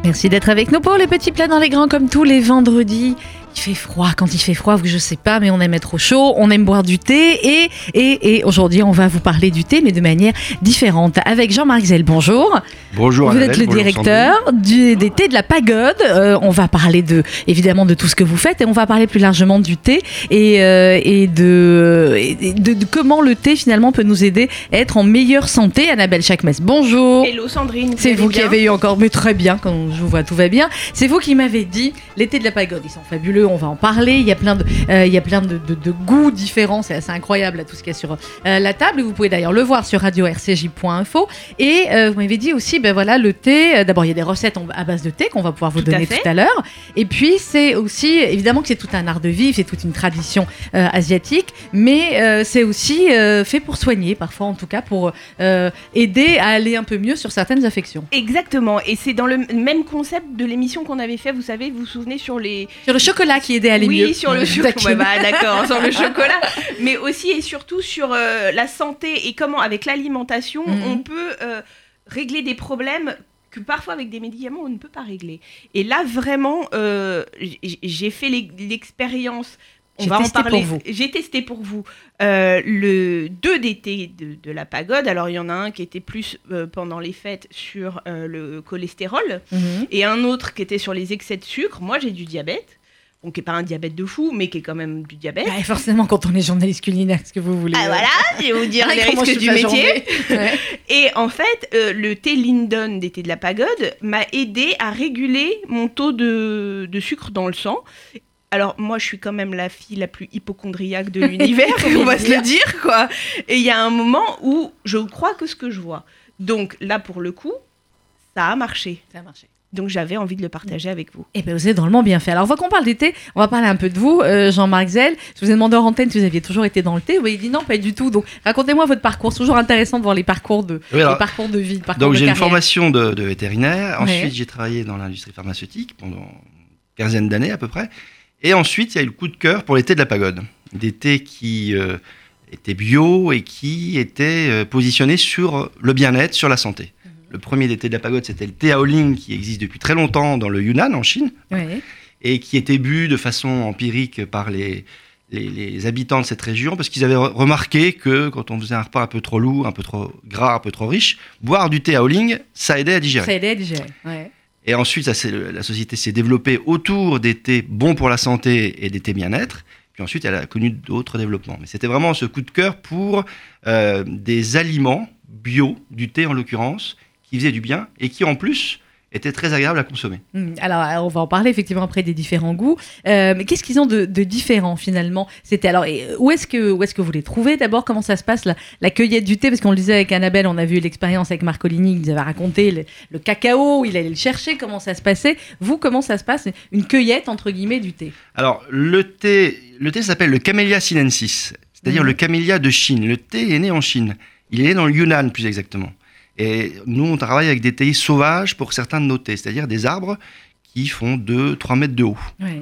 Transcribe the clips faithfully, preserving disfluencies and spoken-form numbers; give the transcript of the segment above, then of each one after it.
Merci d'être avec nous pour les petits plats dans les grands comme tous les vendredis. Il fait froid, quand il fait froid, je sais pas, mais on aime être au chaud, on aime boire du thé et, et, et aujourd'hui on va vous parler du thé mais de manière différente. Avec Jean-Marc Zell, bonjour. Bonjour Vous Annabelle, êtes le bonjour directeur du, des thés de la Pagode. Euh, on va parler de, évidemment de tout ce que vous faites et on va parler plus largement du thé et, euh, et, de, et de, de comment le thé finalement peut nous aider à être en meilleure santé. Annabelle Chakmes, bonjour. Hello Sandrine. C'est vous bien qui avez eu encore, mais très bien, quand je vous vois tout va bien. C'est vous qui m'avez dit, les thés de la Pagode, ils sont fabuleux, on va en parler. Il y a plein de, euh, il y a plein de, de, de goûts différents, c'est assez incroyable là, tout ce qu'il y a sur euh, la table. Vous pouvez d'ailleurs le voir sur radio r c j point info. Et euh, vous m'avez dit aussi, ben voilà, le thé. Euh, d'abord, il y a des recettes en, à base de thé qu'on va pouvoir vous tout donner à tout à l'heure. Et puis, c'est aussi, évidemment, que c'est tout un art de vivre, c'est toute une tradition euh, asiatique, mais euh, c'est aussi euh, fait pour soigner, parfois en tout cas, pour euh, aider à aller un peu mieux sur certaines affections. Exactement. Et c'est dans le même concept de l'émission qu'on avait fait, vous savez, vous vous souvenez sur les... Sur le chocolat qui aidait à aller oui, mieux. Oui, sur le chocolat. Ouais, bah, d'accord, sur le chocolat. Mais aussi et surtout sur euh, la santé et comment, avec l'alimentation, mmh. on peut euh, régler des problèmes que parfois avec des médicaments on ne peut pas régler. Et là vraiment, euh, j'ai fait l'expérience. On J'ai va testé en parler. Pour vous. J'ai testé pour vous euh, le deux des thés de, de la Pagode. Alors il y en a un qui était plus euh, pendant les fêtes sur euh, le cholestérol mmh. et un autre qui était sur les excès de sucre. Moi j'ai du diabète. Donc, qui n'est pas un diabète de fou, mais qui est quand même du diabète. Bah, forcément, quand on est journaliste culinaire, ce que vous voulez. Ah, voilà, je vais vous dire les risques du métier. Ouais. Et en fait, euh, le thé Lindon des thés de la Pagode m'a aidé à réguler mon taux de, de sucre dans le sang. Alors, moi, je suis quand même la fille la plus hypocondriaque de l'univers, on va se le dire, quoi. Et il y a un moment où je crois que ce que je vois. Donc, là, pour le coup, ça a marché. Ça a marché. Donc j'avais envie de le partager avec vous. Eh bien, vous avez drôlement bien fait. Alors, on va qu'on parle d'été. On va parler un peu de vous, euh, Jean-Marc Zell. Je vous ai demandé en antenne si vous aviez toujours été dans le thé. Vous m'avez dit non, pas du tout. Donc, racontez-moi votre parcours. C'est toujours intéressant de voir les parcours de, oui, alors, les parcours de vie, parcours donc, de j'ai carrière. une formation de, de vétérinaire. Ouais. Ensuite, j'ai travaillé dans l'industrie pharmaceutique pendant une quinzaine d'années à peu près. Et ensuite, il y a eu le coup de cœur pour les thés de la Pagode. Des thés qui euh, étaient bio et qui étaient euh, positionnés sur le bien-être, sur la santé. Le premier des thés de la Pagode, c'était le thé Aoling, qui existe depuis très longtemps dans le Yunnan, en Chine, ouais. et qui était bu de façon empirique par les, les, les habitants de cette région, parce qu'ils avaient remarqué que quand on faisait un repas un peu trop lourd, un peu trop gras, un peu trop riche, boire du thé Aoling, ça aidait à digérer. Ça aidait à digérer, ouais. Et ensuite, ça, c'est, la société s'est développée autour des thés bons pour la santé et des thés bien-être. Puis ensuite, elle a connu d'autres développements. Mais c'était vraiment ce coup de cœur pour euh, des aliments bio, du thé en l'occurrence, qui faisait du bien et qui en plus était très agréable à consommer. Alors, on va en parler effectivement après des différents goûts. Euh, mais qu'est-ce qu'ils ont de, de différent finalement ? C'était alors où est-ce que où est-ce que vous les trouvez d'abord ? Comment ça se passe la, la cueillette du thé ? Parce qu'on le disait avec Annabelle, on a vu l'expérience avec Marcolini, il nous avait raconté le, le cacao, il allait le chercher, comment ça se passait. Vous, comment ça se passe ? Une cueillette entre guillemets du thé. Alors le thé, le thé s'appelle le Camellia sinensis, c'est-à-dire mmh. le camélia de Chine. Le thé est né en Chine. Il est né dans le Yunnan plus exactement. Et nous, on travaille avec des thés sauvages pour certains de nos thés, c'est-à-dire des arbres qui font deux à trois mètres de haut. Oui.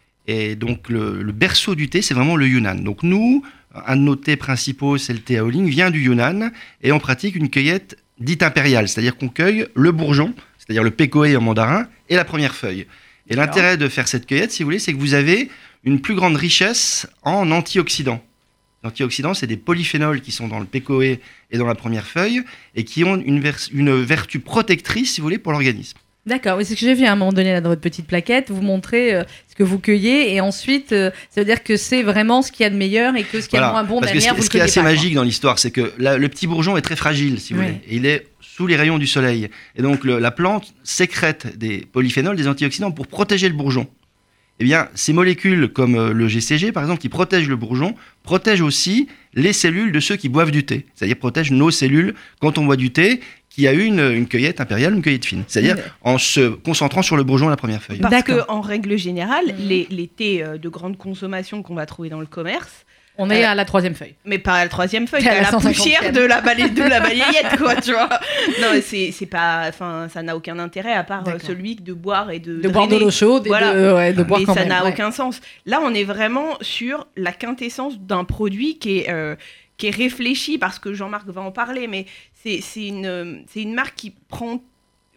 Et donc, le, le berceau du thé, c'est vraiment le Yunnan. Donc, nous, un de nos thés principaux, c'est le thé Aoling, vient du Yunnan, et on pratique une cueillette dite impériale, c'est-à-dire qu'on cueille le bourgeon, c'est-à-dire le pekoe en mandarin, et la première feuille. Et D'accord. l'intérêt de faire cette cueillette, si vous voulez, c'est que vous avez une plus grande richesse en antioxydants. Les antioxydants, c'est des polyphénols qui sont dans le pekoe et dans la première feuille et qui ont une, vers- une vertu protectrice, si vous voulez, pour l'organisme. D'accord, oui, c'est ce que j'ai vu à un moment donné là, dans votre petite plaquette. Vous montrez euh, ce que vous cueillez et ensuite, euh, ça veut dire que c'est vraiment ce qu'il y a de meilleur et que ce qu'il y a de voilà, moins bon parce derrière, que vous ce, le ce qui est assez pas, magique quoi. dans l'histoire, c'est que la, le petit bourgeon est très fragile, si vous oui. voulez. Et il est sous les rayons du soleil. Et donc, le, la plante sécrète des polyphénols, des antioxydants, pour protéger le bourgeon. Eh bien, ces molécules comme le G C G, par exemple, qui protègent le bourgeon, protègent aussi les cellules de ceux qui boivent du thé. C'est-à-dire protègent nos cellules quand on boit du thé, qui a eu une, une cueillette impériale, une cueillette fine. C'est-à-dire mmh. en se concentrant sur le bourgeon à la première feuille. Parce qu'en règle générale, mmh. les, les thés de grande consommation qu'on va trouver dans le commerce, on est à la troisième feuille. Mais pas à la troisième feuille, à, à la poussière de la, balai, de la balayette, quoi, tu vois. Non, c'est, c'est pas, enfin, ça n'a aucun intérêt à part D'accord. celui de boire et de de boire de l'eau chaude, voilà. et de, ouais, de boire mais quand ça même. n'a ouais. aucun sens. Là, on est vraiment sur la quintessence d'un produit qui est euh, qui est réfléchi, parce que Jean-Marc va en parler, mais c'est c'est une c'est une marque qui prend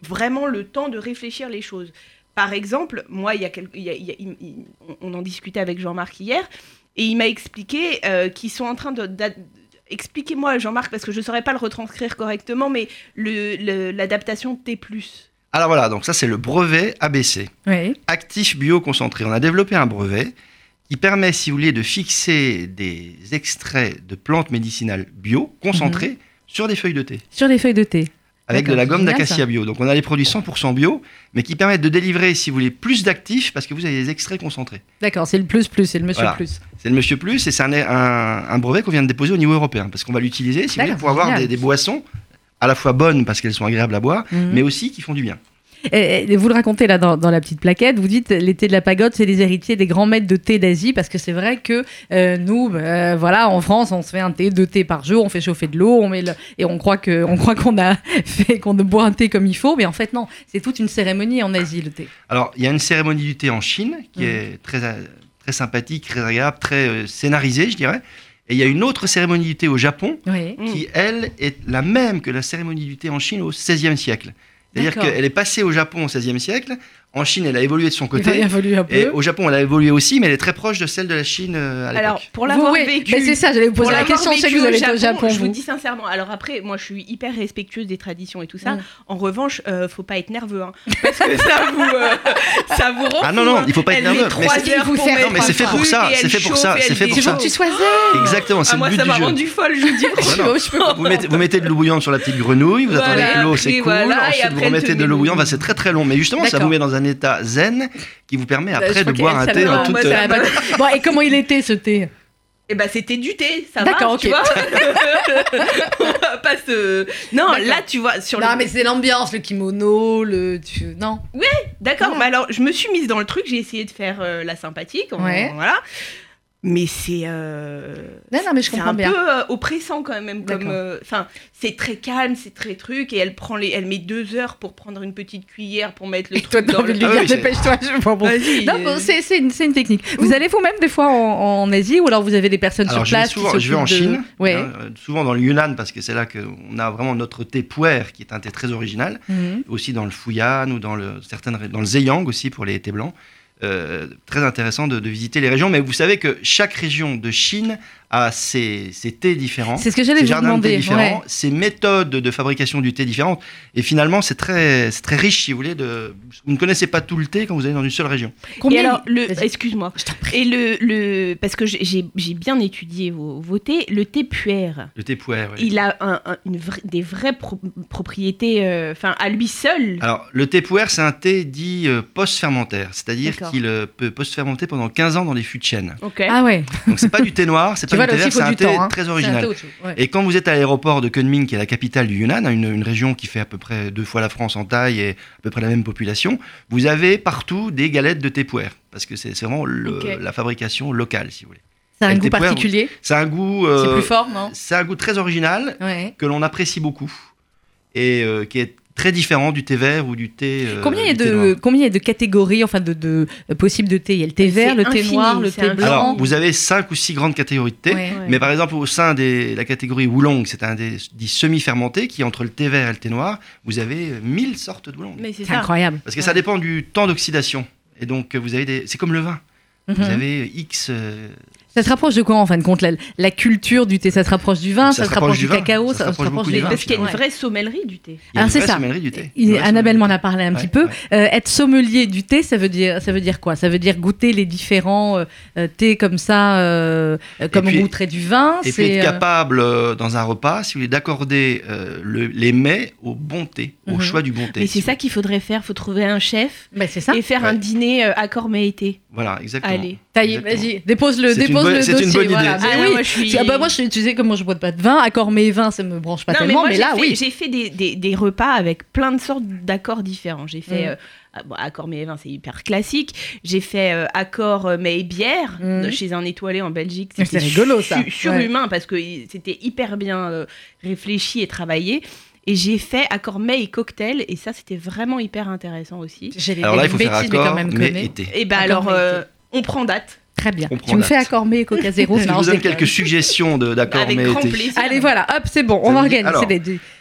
vraiment le temps de réfléchir les choses. Par exemple, moi, il y a quel... il y a, il y a, il... on en discutait avec Jean-Marc hier, et il m'a expliqué euh, qu'ils sont en train de... Expliquez-moi, Jean-Marc, parce que je ne saurais pas le retranscrire correctement, mais le, le, l'adaptation T plus. Alors voilà, donc ça c'est le brevet A B C. Oui. Actif bioconcentré. On a développé un brevet qui permet, si vous voulez, de fixer des extraits de plantes médicinales bio concentrés mmh. sur des feuilles de thé. Sur des feuilles de thé. Avec D'accord, de la gomme génial, d'acacia ça. bio. Donc on a les produits cent pour cent bio, mais qui permettent de délivrer, si vous voulez, plus d'actifs parce que vous avez des extraits concentrés. D'accord, c'est le plus plus, c'est le monsieur Voilà. plus. C'est le Monsieur Plus et c'est un, un, un brevet qu'on vient de déposer au niveau européen parce qu'on va l'utiliser, si vous voulez, pour avoir des, des boissons à la fois bonnes parce qu'elles sont agréables à boire, mmh. mais aussi qui font du bien. Et, et vous le racontez là dans, dans la petite plaquette, vous dites les thés de la pagode, c'est les héritiers des grands maîtres de thé d'Asie, parce que c'est vrai que euh, nous, euh, voilà, en France, on se fait un thé, deux thés par jour, on fait chauffer de l'eau, on met le, et on croit que, on croit qu'on a fait, qu'on boit un thé comme il faut, mais en fait non, c'est toute une cérémonie en Asie le thé. Alors il y a une cérémonie du thé en Chine qui mmh. est très, très sympathique, très agréable, très euh, scénarisée, je dirais. Et il y a une autre cérémonie du thé au Japon oui. qui, elle, est la même que la cérémonie du thé en Chine au seizième siècle. C'est-à-dire qu'elle est passée au Japon au seizième siècle. En Chine, elle a évolué de son côté. Elle a évolué un peu. Et au Japon, elle a évolué aussi, mais elle est très proche de celle de la Chine euh, à l'époque. Alors, pour l'avoir vous, oui, vécu... mais c'est ça, j'allais vous poser la question, c'est que vous avez été au Japon, je vous. vous dis sincèrement. Alors après, moi, je suis hyper respectueuse des traditions et tout ça. Mm. En revanche, euh, faut pas être nerveux, hein, parce que ça vous, euh, ça vous rend Ah non, non, fou, il faut pas être elle nerveux. met trois Mais heures vous pour faire- mettre Non, mais c'est un fait pour truc ça, et c'est elle fait pour chauffe ça, et c'est elle fait pour Tu veux ça. que tu sois zen. Exactement, c'est Ah, le moi, but ça du m'a jeu. rendu folle, je vous dis. Non, non. Je peux Vous mettez, vous mettez de l'eau bouillante sur la petite grenouille, vous Voilà, attendez que l'eau après, s'écoule, voilà, et ensuite après, vous elle remettez te de met l'eau le- bouillante, enfin, c'est très très long. Mais justement, ça D'accord. vous met dans un état zen qui vous permet Je après crois de boire un qu'elle, thé ça en va, toute... moi, ça va pas. Bon, et comment il était ce thé? Eh ben, c'était du thé, ça D'accord, va, ok. tu vois. On va pas se... Non, D'accord. là, tu vois, sur Non, le... mais c'est l'ambiance, le kimono, le. Tu... Non. D'accord, Ouais. mais alors, je me suis mise dans le truc, j'ai essayé de faire euh, la sympathique, en- Ouais. voilà. Mais c'est... euh, Non, non, mais je c'est comprends un bien. peu euh, oppressant quand même, comme... D'accord. euh, Enfin, c'est très calme, c'est très truc, et elle prend les... Elle met deux heures pour prendre une petite cuillère pour mettre le Et toi, truc t'as dans envie le... de lui Ah dire, oui, c'est- dépêche-toi, je vois bon. Vas-y. Non, euh, bon, c'est, c'est, une, c'est une technique. Vous allez vous-même des fois en, en Asie ou alors vous avez des personnes Alors, sur je vais, place souvent, qui je vais en s'occupent de- Chine, Ouais. hein, euh, souvent dans le Yunnan, parce que c'est là qu'on a vraiment notre thé puer, qui est un thé très original, Mhm. aussi dans le Fujian ou dans le, certaines, ré- dans le Zhejiang aussi pour les thés blancs. Euh, très intéressant de, de visiter les régions, mais vous savez que chaque région de Chine a ses, ses thés différents, C'est ce que j'allais ses vous jardins de thé demander. différents, Ouais. ses méthodes de fabrication du thé différentes, et finalement c'est très, c'est très riche si vous voulez. De, vous ne connaissez pas tout le thé quand vous allez dans une seule région. Combien Et alors, le... Vas-y. excuse-moi. Je t'en prie. Et le, le... Parce que j'ai, j'ai j'ai bien étudié vos, vos thés, le thé puer, Le thé puer, oui. il a un, un- une vraie- des vraies pro- propriétés, euh, enfin, à lui seul. Alors, le thé puer, c'est un thé dit euh, post-fermentaire, c'est-à-dire D'accord. qu'il euh, peut post-fermenter pendant quinze ans dans des fûts de chêne. Ok. Ah ouais. Donc, c'est pas du thé noir, c'est Tu pas vois, du là thé aussi, vert, il faut c'est un du thé temps, hein. très C'est un original. thé autre chose. Ouais. Et quand vous êtes à l'aéroport de Kunming, qui est la capitale du Yunnan, une, une région qui fait à peu près deux fois la France en taille et à peu près la même population, vous avez partout des galettes de thé puer, parce que c'est c'est vraiment le- Ok. la fabrication locale, si vous voulez. Ça a un Le goût thé puer, particulier. C'est un goût, C'est euh, plus fort, non? c'est un goût très original Ouais. que l'on apprécie beaucoup et euh, qui est très différent du thé vert ou du thé. euh, Combien il y a du thé de noir. combien il y a de catégories, enfin de, de euh, possibles de thé? Il y a le thé C'est vert, le thé infini, noir, le c'est thé infini. blanc. Alors, vous avez cinq ou six grandes catégories de thé. Ouais. Ouais. Mais par exemple, au sein de la catégorie Oolong, c'est un des dits semi-fermentés, qui est entre le thé vert et le thé noir, vous avez mille sortes de Oolong. Mais c'est C'est ça. incroyable. Parce que ça dépend du temps d'oxydation. Et donc, vous avez des... c'est comme le vin. Mhm. Vous avez X... euh, Ça se rapproche de quoi en fin de compte la, la culture du thé? Ça se rapproche du vin, ça, se rapproche du vin, cacao, ça se ça, se rapproche rapproche beaucoup du du vin. vin. Parce qu'il y a une Ouais. vraie sommellerie du thé. il y a Alors, une c'est vraie ça. sommellerie du thé. Il- Une vraie Annabelle m'en sommellerie a parlé un du petit thé. peu. Ouais, Euh, être sommelier du thé, ça veut dire, ça veut dire quoi? Ça veut dire goûter les différents euh, euh, thés comme ça, euh, euh, comme puis- on goûterait du vin. Et puis c'est, être euh, capable, euh, dans un repas, si vous voulez, d'accorder euh, le- les mets au bon thé, au Mhm. choix du bon thé. Mais si c'est vous ça qu'il faudrait faire. Il faut trouver un chef bah, c'est ça. et faire Ouais. un dîner euh, accord mets été. voulez. Voilà, exactement. Allez. Taillé, Exactement. vas-y, dépose le, C'est une dépose bonne- le c'est dossier. une bonne voilà. idée. Mais Ah, oui. moi, je suis- Ah bah, moi, je, tu sais, comme moi, je bois pas de vin, accord mes vins, ça me branche pas Non, mais tellement, moi, mais, j'ai là, fait, oui. j'ai fait des, des, des repas avec plein de sortes d'accords différents. J'ai fait Mm. euh, ah, bon, accord mets et vin, c'est hyper classique. J'ai fait euh, accord euh, mets et bière Mm. de- chez un étoilé en Belgique. Mais C'était c'est rigolo, ça. su- surhumain parce que il- c'était hyper bien euh, réfléchi et travaillé. Et j'ai fait accord mets et cocktail et ça, c'était vraiment hyper intéressant aussi. J'ai les Alors là, il faut faire bêtises, mais quand accord, même mais connais. été. Et ben Accord alors, mets et euh, thé. on prend date. Très bien. On prend Tu me date. fais accord mes et coca zéro, Je c'est vous marrant, donne je déconne. quelques suggestions de- d'accords Avec mais grand été. plaisir. Allez, voilà, hop, c'est bon, Ça on vous dit- organise. alors, c'est des-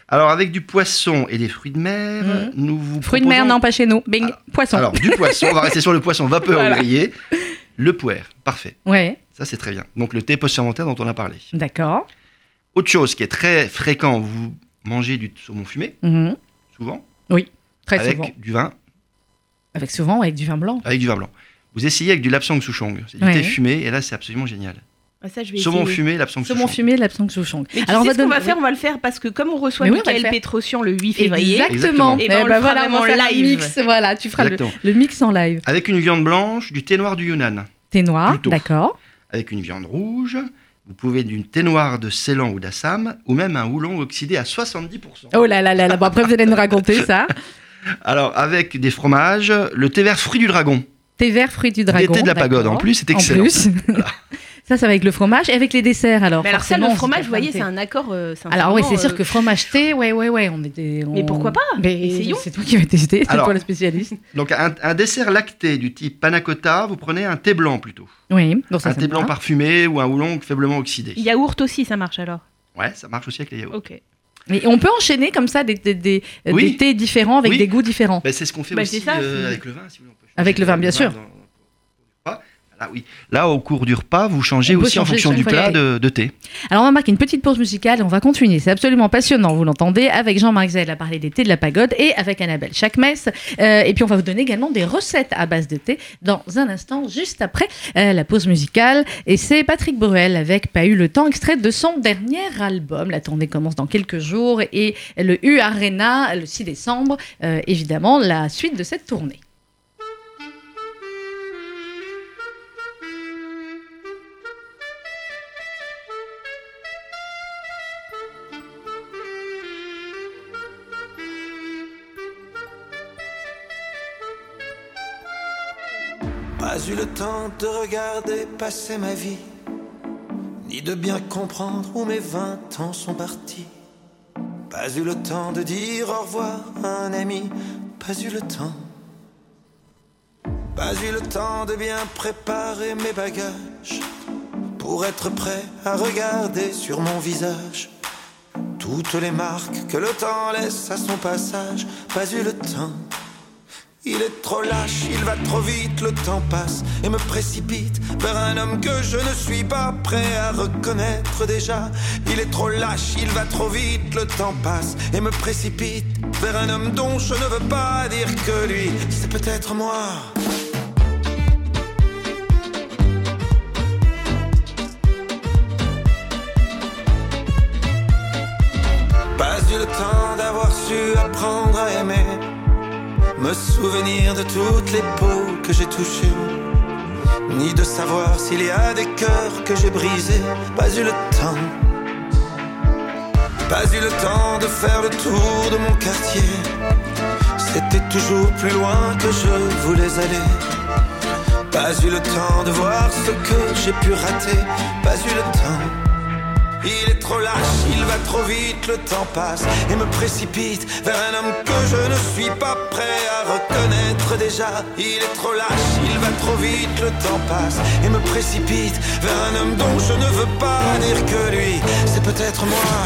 Alors, avec du poisson et des fruits de mer, Mmh. nous vous Fruits de proposons... mer, non, pas chez nous. Bing, Alors, poisson. Alors, du poisson, on va rester sur le poisson vapeur Voilà. ou grillé. Le puer, parfait. Ouais, Ça, c'est très bien. Donc, le thé post-fermentaire dont on a parlé. d'accord. Autre chose qui est très fréquent, vous mangez du saumon fumé, Mhm. souvent, Très avec souvent. du vin, Avec souvent, avec du vin blanc. avec du vin blanc. Vous essayez avec du lapsang souchong, c'est du Ouais. thé fumé, et là, c'est absolument génial. Ah, ça, je vais Saumon essayer. fumé, lapsang Saumon souchong. fumé, l'absence souchong. Mais tu Alors, on sais va ce qu'on donner- va faire, on va le faire parce que comme on reçoit Mais oui, on va Michael le faire. Pétrosian le huit février, Exactement. Et ben, on le fera vraiment on va faire un live. mix, voilà, tu feras le, Exactement. le mix en live. Avec une viande blanche, du thé noir du Yunnan. Thé noir, Plutôt. d'accord. Avec une viande rouge, vous pouvez du thé noir de Ceylan ou d'Assam, ou même un houlon oxydé à soixante-dix pour cent. Oh là là là là, bon après vous allez nous raconter ça. Alors, avec des fromages, le thé vert fruit du dragon. Thé vert, fruits du dragon. Thé de la pagode, d'accord. en plus, c'est En excellent. plus. Voilà. Ça, ça va avec le fromage et avec les desserts alors. Mais alors ça, forcément, le on fromage, se vous voyez, thé. c'est un accord. euh, c'est un Alors oui, ferment, c'est sûr euh, que fromage thé, ouais, ouais, ouais, on était. on- Mais pourquoi pas Mais Essayons. c'est toi qui vas tester, c'est Alors. toi le spécialiste. Donc, un, un dessert lacté du type panna cotta, vous prenez un thé blanc plutôt. Oui, donc ça, un ça thé me blanc va. parfumé ou un houlon faiblement oxydé. Yaourt aussi, ça marche alors. Ouais, ça marche aussi avec les yaourts. Ok. Et on peut enchaîner comme ça des, des, des, Oui. des thés différents avec Oui. des goûts différents. Ben, c'est ce qu'on fait Bah, aussi c'est ça, euh, c'est- avec le vin. Si vous voulez, on peut changer Avec le vin, bien sûr. dans- dans- au repas. Là, oui. Là, au cours du repas, vous changez On peut aussi en changer fonction chaque du fois, plat oui. de, de thé. Alors on va marquer une petite pause musicale et on va continuer. C'est absolument passionnant, vous l'entendez, avec Jean-Marc Zell à parler des thés de la pagode et avec Annabelle Chakmess. Euh, et puis on va vous donner également des recettes à base de thé dans un instant, juste après euh, la pause musicale. Et c'est Patrick Bruel avec Pas eu le temps, extrait de son dernier album. La tournée commence dans quelques jours et le U Arena le six décembre, euh, évidemment, la suite de cette tournée. Pas eu le temps de regarder passer ma vie, ni de bien comprendre où mes vingt ans sont partis. Pas eu le temps de dire au revoir à un ami, pas eu le temps. Pas eu le temps de bien préparer mes bagages, pour être prêt à regarder sur mon visage toutes les marques que le temps laisse à son passage. Pas eu le temps. Il est trop lâche, il va trop vite, le temps passe et me précipite vers un homme que je ne suis pas prêt à reconnaître déjà. Il est trop lâche, il va trop vite, le temps passe et me précipite vers un homme dont je ne veux pas dire que lui, c'est peut-être moi. Pas eu le temps d'avoir su apprendre à aimer, me souvenir de toutes les peaux que j'ai touchées, ni de savoir s'il y a des cœurs que j'ai brisés. Pas eu le temps. Pas eu le temps de faire le tour de mon quartier, c'était toujours plus loin que je voulais aller. Pas eu le temps de voir ce que j'ai pu rater. Pas eu le temps. Il est trop lâche, il va trop vite, le temps passe et me précipite vers un homme que je ne suis pas prêt à reconnaître déjà. Il est trop lâche, il va trop vite, le temps passe et me précipite vers un homme dont je ne veux pas dire que lui, c'est peut-être moi.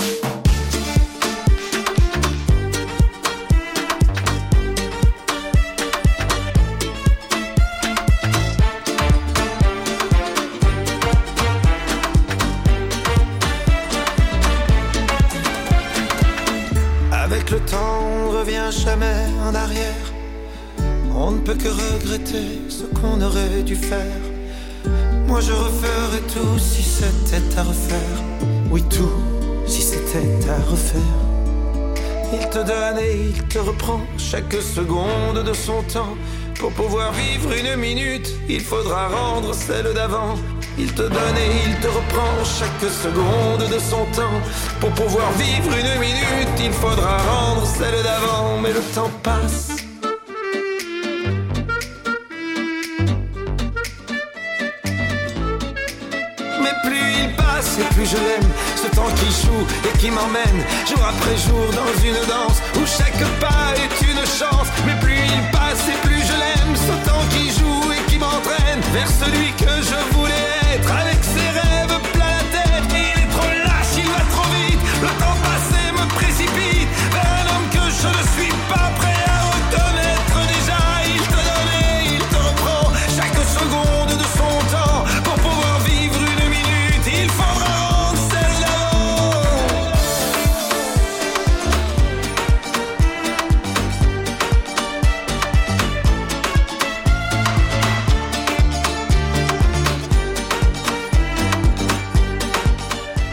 Avec le temps, on revient jamais en arrière. On ne peut que regretter ce qu'on aurait dû faire. Moi je referais tout si c'était à refaire. Oui, tout si c'était à refaire. Il te donne et il te reprend chaque seconde de son temps. Pour pouvoir vivre une minute, il faudra rendre celle d'avant. Il te donne et il te reprend chaque seconde de son temps. Pour pouvoir vivre une minute, il faudra rendre celle d'avant. Mais le temps passe. Mais plus il passe et plus je l'aime. Ce temps qui joue et qui m'emmène jour après jour dans une danse où chaque pas est une chance. Mais plus il passe et plus je l'aime. Ce temps qui joue et qui m'entraîne vers celui que je voulais être. Avec ses rêves plein la tête. Il est trop lâche, il va trop vite. Le temps passé me précipite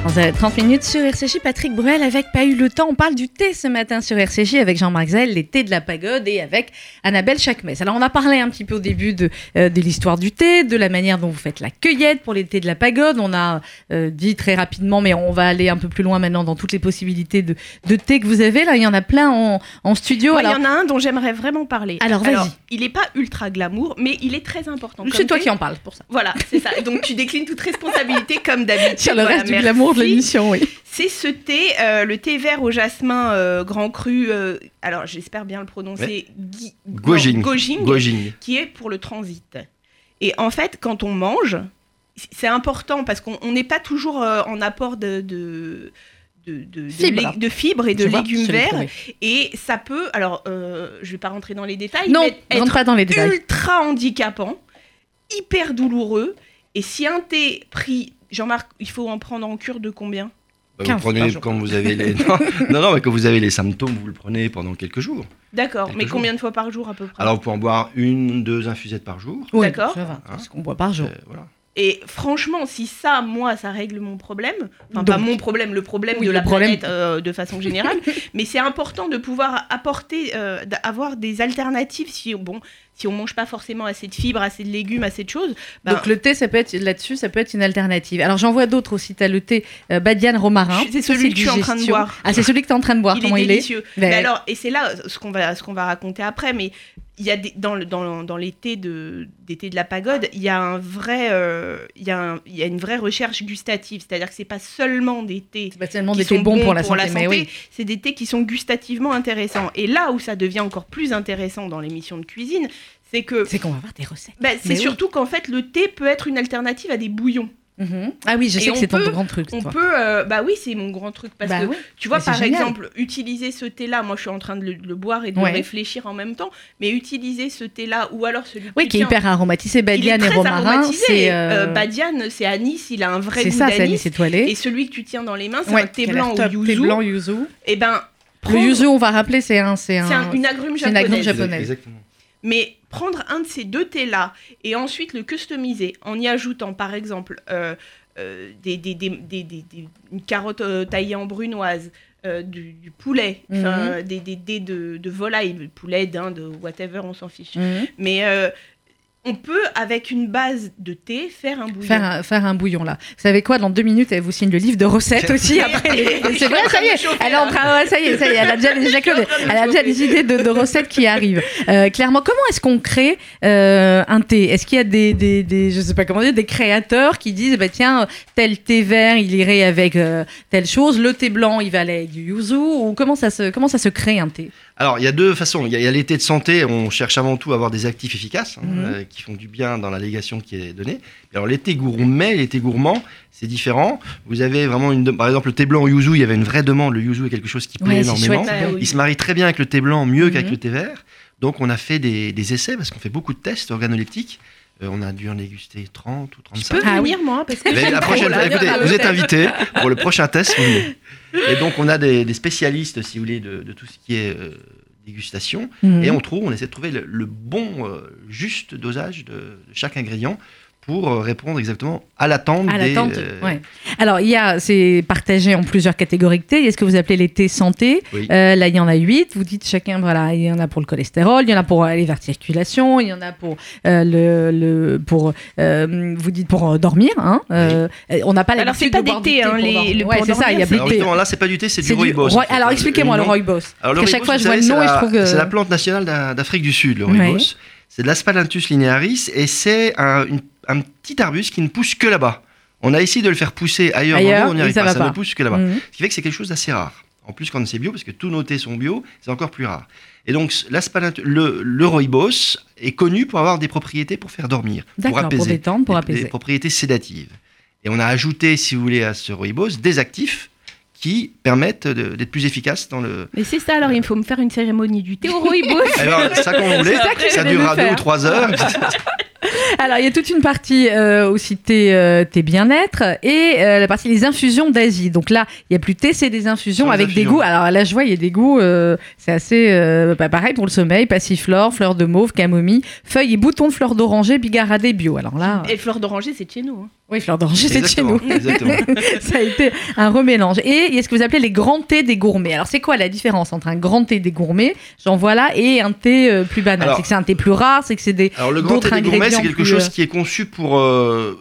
Dans trente minutes sur R C J, Patrick Bruel avec Pas eu le temps. On parle du thé ce matin sur R C J avec Jean-Marc Zahel, les thés de la pagode, et avec Annabelle Chakmes. Alors on a parlé un petit peu au début de, euh, de l'histoire du thé, de la manière dont vous faites la cueillette pour les thés de la pagode. On a euh, dit très rapidement, mais on va aller un peu plus loin maintenant dans toutes les possibilités de, de thé que vous avez. Là, il y en a plein en, en studio. Ouais, alors... Il y en a un dont j'aimerais vraiment parler. Alors vas-y. Alors, il n'est pas ultra glamour, mais il est très important. C'est toi thé. Qui en parle pour ça. Voilà, c'est ça. Donc tu déclines toute responsabilité comme d'habitude. Sur le voilà, reste du merci. glamour de l'émission, oui. C'est ce thé, euh, le thé vert au jasmin euh, grand cru, euh, alors j'espère bien le prononcer, ouais. Gui- Gojing. Gojing, Gojing, qui est pour le transit. Et en fait, quand on mange, c'est important parce qu'on n'est pas toujours euh, en apport de... de De, de, fibres. de, de fibres et de Je vois, légumes je verts. trouvé. Et ça peut, alors euh, je ne vais pas rentrer dans les détails, non, mais être rentre pas dans les détails. ultra handicapant, hyper douloureux. Et si un thé pris, Jean-Marc, il faut en prendre en cure de combien ? Vous prenez quand vous avez les non, non, non, mais quand vous avez les symptômes, vous le prenez pendant quelques jours. D'accord, quelques mais jours. combien de fois par jour à peu près ? Alors vous pouvez en boire une, deux infusettes par jour. Oui, d'accord. Ça va, c'est ce qu'on boit par jour. Euh, voilà. Et franchement, si ça, moi, ça règle mon problème, enfin Donc, pas mon problème, le problème oui, de le la problème. planète euh, de façon générale, mais c'est important de pouvoir apporter, euh, d'avoir des alternatives si, bon, si on mange pas forcément assez de fibres, assez de légumes, assez de choses. Bah, Donc le thé, ça peut être là-dessus, ça peut être une alternative. Alors j'en vois d'autres aussi. Tu as le thé euh, Badiane Romarin. c'est celui que je suis en train de digestion. boire. Ah, c'est celui que tu es en train de boire. il Comment est il délicieux. est Mais Ben, alors, et c'est là ce qu'on va, ce qu'on va raconter après, mais il y a des, dans, le, dans, dans les thés de, des thés de la pagode, il y a un vrai, euh, il y a un, il y a une vraie recherche gustative, c'est-à-dire que c'est pas seulement des thés c'est pas tellement qui des thés sont bons bons pour la santé, mais oui. c'est des thés qui sont gustativement intéressants. Et là où ça devient encore plus intéressant dans l'émission de cuisine, c'est que C'est qu'on va avoir des recettes. bah, c'est Mais surtout qu'en fait le thé peut être une alternative à des bouillons. Mm-hmm. Ah oui, je Et sais que on c'est ton peut- grand truc. On toi. peut, euh, bah oui, c'est mon grand truc parce Bah que oui. tu vois Mais c'est par génial. exemple utiliser ce thé-là, moi je suis en train de le, de le boire et de Ouais. le réfléchir en même temps, mais utiliser ce thé-là ou alors celui Oui, que qui est tu tiens, hyper aromatisé. il est Badiane et très Romarin, aromatisé. c'est Euh, euh, Badiane, c'est anis, il a un vrai c'est goût ça, c'est d'anis. anis étoilé. Et celui que tu tiens dans les mains, c'est Ouais, un thé qui a l'air blanc top. au Thé yuzu. blanc yuzu. Et ben, Le prendre- yuzu, on va rappeler, c'est un, c'est un, c'est un- une agrume c'est une agrume japonaise. japonaise. Exactement. Mais prendre un de ces deux thés-là et ensuite le customiser en y ajoutant par exemple euh, euh, des, des, des, des, des- des- une carotte euh, taillée en brunoise, euh, du, du poulet, Mhm. enfin, des, des dés de, de volaille, de poulet, dinde, whatever, on s'en fiche. Mhm. Mais euh, on peut, avec une base de thé, faire un bouillon. Faire un, faire un bouillon là. Vous savez quoi, dans deux minutes, elle vous signe le livre de recettes aussi. Après, Je c'est suis vrai, en train ça y de est. me chauffer, Elle est en là. train, ouais, ça y est, ça y est. Elle a déjà les, Jacques-Claude, elle a déjà les idées de, de recettes qui arrivent. Euh, clairement, comment est-ce qu'on crée euh, un thé ? Est-ce qu'il y a des, des, des, je sais pas comment dire, des créateurs qui disent, bah tiens, tel thé vert, il irait avec euh, telle chose, le thé blanc, il va aller avec du yuzu, ou comment ça se, comment ça se crée un thé ? Alors, il y a deux façons. Il y a, il y a les thés de santé, on cherche avant tout à avoir des actifs efficaces, hein, Mhm. euh, qui font du bien dans l'allégation qui est donnée. Alors, les thés gourmets, les thés gourmands, c'est différent. Vous avez vraiment une... de- Par exemple, le thé blanc au yuzu, il y avait une vraie demande. Le yuzu est quelque chose qui plaît Ouais, c'est énormément. chouette. Bah oui. Il se marie très bien avec le thé blanc, mieux qu'avec Mhm. le thé vert. Donc, on a fait des, des essais, parce qu'on fait beaucoup de tests organoleptiques. Euh, on a dû en déguster trente ou Je trente-cinq. peux Ah venir, moi, parce que Mais j'aime la trop, prochaine là, fois, écoutez, venir à vous êtes l'hôtel. invité pour le prochain test. Vous venez. Et donc, on a des, des spécialistes, si vous voulez, de, de tout ce qui est euh, dégustation. Mhm. Et on trouve, on essaie de trouver le, le bon, euh, juste dosage de, de chaque ingrédient pour euh, répondre exactement à l'attente À des... l'attente, euh, ouais. Alors, il y a, c'est partagé en plusieurs catégories de thé. Il y a ce que vous appelez les thés santé. Oui. Euh, là, il y en a huit. Vous dites chacun, voilà, il y en a pour le cholestérol, il y en a pour euh, les articulations, il y en a pour euh, le, le, pour, euh, vous dites pour euh, dormir. Hein. Euh, On n'a pas Alors, l'habitude c'est pas de des boire du thés, thé hein, pour les- dormir. le Ouais, pour c'est ça. Il y a dormir, plus Alors de thé. justement, là, c'est pas du thé, c'est du C'est du rooibos. roi- en fait. Alors, expliquez-moi le nom. rooibos. Alors, le Parce qu'à chaque rooibos, fois, je vous vois le savez, nom et c'est je la- trouve que. C'est la plante nationale d'A- d'Afrique du Sud, le rooibos. Ouais. C'est de l'Asphalanthus linearis et c'est un, une- un petit arbuste qui ne pousse que là-bas. On a essayé de le faire pousser ailleurs, dans Ailleurs, l'eau, on n'y et arrive ça pas, va ça pas. ne pousse que là-bas. Mhm. Ce qui fait que c'est quelque chose d'assez rare. En plus, quand c'est bio, parce que tous nos thés sont bio, c'est encore plus rare. Et donc, l'Asphalanthus- le, le rooibos est connu pour avoir des propriétés pour faire dormir, pour D'accord, pour apaiser, détendre, pour des- apaiser. des propriétés sédatives. Et on a ajouté, si vous voulez, à ce rooibos, des actifs qui permettent de- d'être plus efficaces dans le... Mais c'est ça, alors il faut me faire une cérémonie du thé au rooibos. Alors, ça qu'on voulait, ça que ça j'allais durera le deux faire. ou trois heures. Alors, il y a toute une partie euh, aussi thé, euh, thé bien-être et euh, la partie les infusions d'Asie. Donc là, il n'y a plus de thé, c'est des infusions Sur les avec des infusions. goûts. Alors là, je vois, il y a des goûts, euh, c'est assez euh, bah, pareil pour le sommeil, passiflore, fleur de mauve, camomille, feuilles et boutons de fleur d'oranger, bigarade bio. Alors là, Et fleur d'oranger, c'est de chez nous. hein. Oui, fleur d'oranger, c'est de chez nous. Exactement. Ça a été un remélange. Et il y a ce que vous appelez les grands thés des gourmets. Alors, c'est quoi la différence entre un grand thé des gourmets, j'en vois là, et un thé euh, plus banal? Alors, c'est que c'est un thé plus rare, c'est que c'est des Alors, le grand thé des gourmets, c'est quelque plus... chose qui est conçu pour, euh,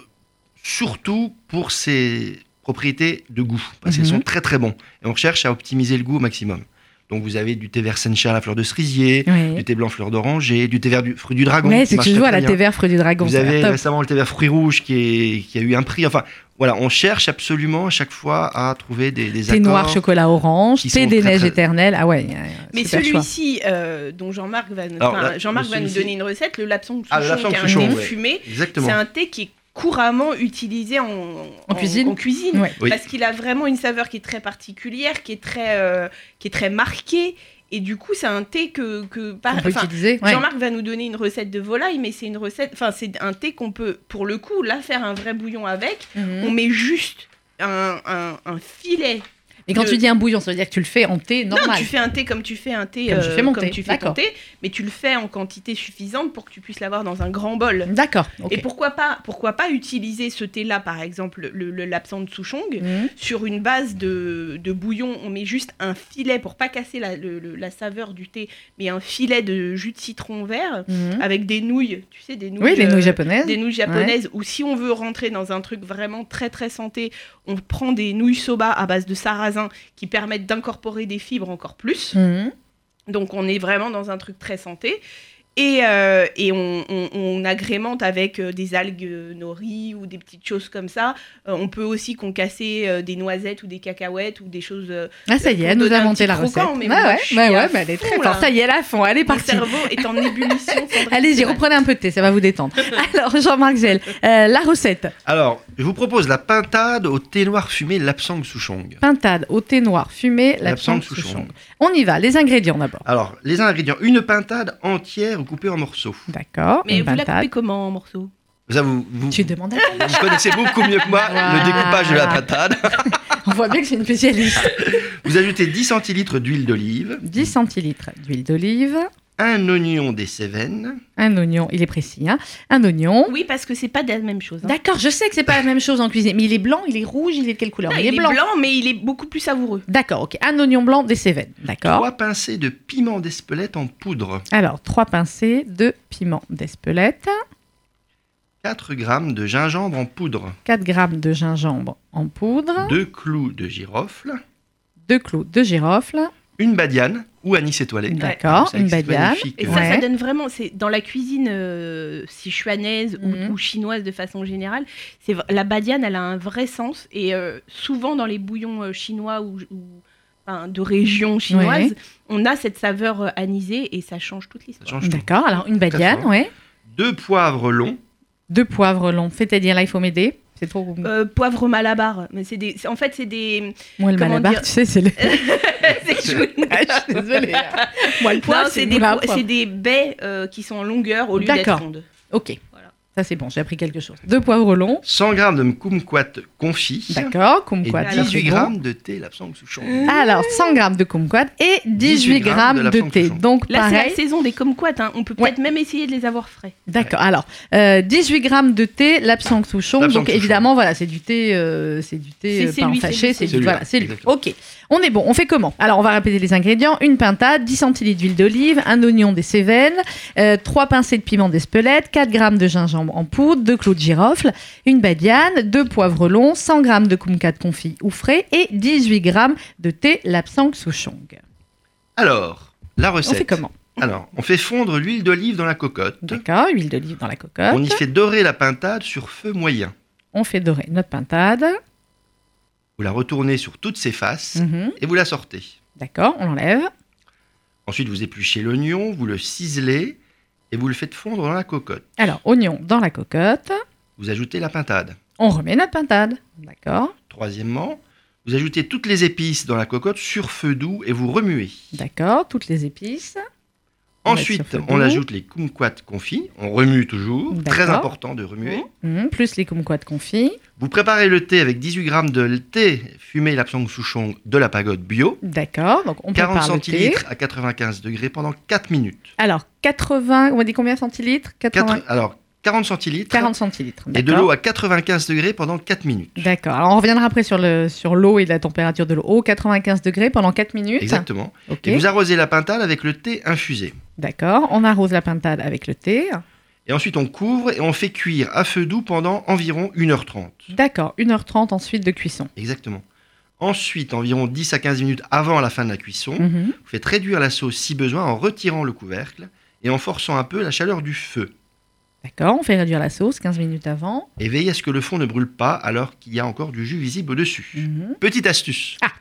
surtout pour ses propriétés de goût, parce mm-hmm. qu'elles sont très très bons. Et on cherche à optimiser le goût au maximum. Donc vous avez du thé vert sencha à la fleur de cerisier, oui. du thé blanc fleur d'oranger, du thé vert du fruit du dragon. Oui, c'est que je joue à la thé vert fruit du dragon. Vous avez récemment le thé vert fruit rouge qui, est, qui a eu un prix. Enfin, voilà, on cherche absolument à chaque fois à trouver des, des thé accords. Thé noir chocolat orange, thé des neiges très... éternelles. Ah ouais. Mais celui-ci, euh, dont Jean-Marc va, Alors, là, Jean-Marc va nous donner une recette, le lapsang ah, souchong, qui est un souchong, thé ouais. fumé. Exactement. C'est un thé qui est couramment utilisé en, en, en cuisine, en cuisine ouais. parce oui. qu'il a vraiment une saveur qui est très particulière, qui est très, euh, qui est très marquée. Et du coup, c'est un thé que, que par... on peut enfin, utiliser. Jean-Marc ouais. va nous donner une recette de volaille, mais c'est une recette, enfin c'est un thé qu'on peut, pour le coup, là faire un vrai bouillon avec. Mm-hmm. On met juste un, un, un filet. Et quand de... tu dis un bouillon, ça veut dire que tu le fais en thé normal. Non, tu fais un thé comme tu fais un thé, comme euh, tu fais mon comme thé. Tu fais ton thé, mais tu le fais en quantité suffisante pour que tu puisses l'avoir dans un grand bol. D'accord. Okay. Et pourquoi pas, pourquoi pas utiliser ce thé-là, par exemple, le, le lapsang souchong, mmh. sur une base de, de bouillon. On met juste un filet pour pas casser la, le, le, la saveur du thé, mais un filet de jus de citron vert mmh. avec des nouilles, tu sais, des nouilles. Oui, les nouilles euh, japonaises. Des nouilles japonaises. Ouais. Ou si on veut rentrer dans un truc vraiment très très santé, on prend des nouilles soba à base de sarrasin qui permettent d'incorporer des fibres encore plus. Mmh. Donc on est vraiment dans un truc très santé. Et, euh, et on, on, on agrémente avec euh, des algues euh, nori ou des petites choses comme ça. Euh, on peut aussi concasser euh, des noisettes ou des cacahuètes ou des choses... Euh, ah ça y est, elle nous a monté la recette. Mais bah moi, ouais, bah ouais, bah elle est très forte. Ça y est, elle a fond, elle est partie. Mon cerveau est en ébullition. Allez-y, reprenez un peu de thé, ça va vous détendre. Alors Jean-Marc Gel, euh, la recette. Alors, je vous propose la pintade au thé noir fumé lapsang souchong. Pintade au thé noir fumé lapsang souchong. On y va, les ingrédients d'abord. Alors, les ingrédients, une pintade entière coupée en morceaux. D'accord. Mais une vous pintade. la coupez comment en morceaux? Ça, vous, vous, tu demandes à vous connaissez beaucoup mieux que moi voilà. le découpage de la pintade. On voit bien que c'est une spécialiste. Vous ajoutez dix centilitres d'huile d'olive. dix centilitres d'huile d'olive. Un oignon des Cévennes. Un oignon, il est précis, hein. Un oignon. Oui, parce que c'est pas la même chose. Hein. D'accord, je sais que c'est pas la même chose en cuisine, mais il est blanc, il est rouge, il est de quelle couleur? Non, il, il est blanc. blanc, mais il est beaucoup plus savoureux. D'accord, ok. Un oignon blanc des Cévennes, d'accord. Trois pincées de piment d'Espelette en poudre. Alors, trois pincées de piment d'Espelette. quatre grammes de gingembre en poudre. quatre grammes de gingembre en poudre. deux clous de girofle. deux clous de girofle. Une badiane ou anis étoilé. D'accord, ça, une badiane. Et ça, ouais. ça donne vraiment, c'est dans la cuisine euh, sichuanaise mm-hmm. ou, ou chinoise de façon générale, c'est, la badiane, elle a un vrai sens. Et euh, souvent dans les bouillons euh, chinois ou, ou enfin, de région chinoise, ouais. on a cette saveur euh, anisée et ça change toute l'histoire. D'accord, alors une badiane, oui. Deux poivres longs. Deux poivres longs, c'est-à-dire là, il faut m'aider. C'est trop... Euh, poivre malabar, mais c'est des, c'est, en fait c'est des. Moi le malabar, dire... tu sais, c'est le. c'est ah, je suis désolée. Moi le poivre, non, c'est, c'est, des, po- c'est des baies euh, qui sont en longueur au lieu D'accord. d'être rondes. Ok. Voilà. Ça c'est bon, j'ai appris quelque chose. Deux poivres longs. cent grammes de kumquat confit. D'accord, kumquat. Et dix-huit grammes de thé lapsang souchong. Alors cent grammes de kumquat et dix-huit grammes de, de thé. Souchong. Donc là pareil. c'est la saison des kumquats, hein. On peut peut-être ouais. même essayer de les avoir frais. D'accord. Ouais. Alors euh, dix-huit grammes de thé lapsang souchong. Donc souchong. Évidemment voilà, c'est du thé, euh, c'est du thé c'est, euh, pas lui, fâché, c'est, c'est du voilà, c'est lui. Ok. On est bon. On fait comment? Alors on va répéter les ingrédients. Une pintade, dix centilitres d'huile d'olive, un oignon des Cévennes, euh, trois pincées de piment d'Espelette, quatre grammes de gingembre en poudre, deux clous de girofle, une badiane, deux poivres longs, cent grammes de kumquat confit ou frais et dix-huit grammes de thé lapsang souchong. Alors, la recette. On fait comment? Alors, on fait fondre l'huile d'olive dans la cocotte. D'accord, huile d'olive dans la cocotte. On y fait dorer la pintade sur feu moyen. On fait dorer notre pintade. Vous la retournez sur toutes ses faces mmh. et vous la sortez. D'accord, on l'enlève. Ensuite, vous épluchez l'oignon, vous le ciselez et vous le faites fondre dans la cocotte. Alors, oignon dans la cocotte. Vous ajoutez la pintade. On remet notre pintade. D'accord. Troisièmement, vous ajoutez toutes les épices dans la cocotte sur feu doux et vous remuez. D'accord, toutes les épices. Ensuite, on ajoute les kumquats confits. On remue toujours. D'accord. Très important de remuer. Mmh, plus les kumquats confits. Vous préparez le thé avec dix-huit grammes de thé fumé lapsang souchong de la pagode bio. D'accord, donc on prépare quarante centilitres le thé. À quatre-vingt-quinze degrés pendant quatre minutes. Alors, quatre-vingts, on dit combien centilitres? quatre-vingts quatre, Alors, quarante centilitres. quarante centilitres. Et de l'eau à quatre-vingt-quinze degrés pendant quatre minutes. D'accord. Alors, on reviendra après sur, le, sur l'eau et la température de l'eau. Eau, quatre-vingt-quinze degrés pendant quatre minutes. Exactement. Okay. Et vous arrosez la pintade avec le thé infusé. D'accord. On arrose la pintade avec le thé. Et ensuite, on couvre et on fait cuire à feu doux pendant environ une heure trente. D'accord. une heure trente ensuite de cuisson. Exactement. Ensuite, environ dix à quinze minutes avant la fin de la cuisson, Mm-hmm. vous faites réduire la sauce si besoin en retirant le couvercle et en forçant un peu la chaleur du feu. D'accord, on fait réduire la sauce quinze minutes avant. Et veillez à ce que le fond ne brûle pas alors qu'il y a encore du jus visible au-dessus. Mm-hmm. Petite astuce. Ah.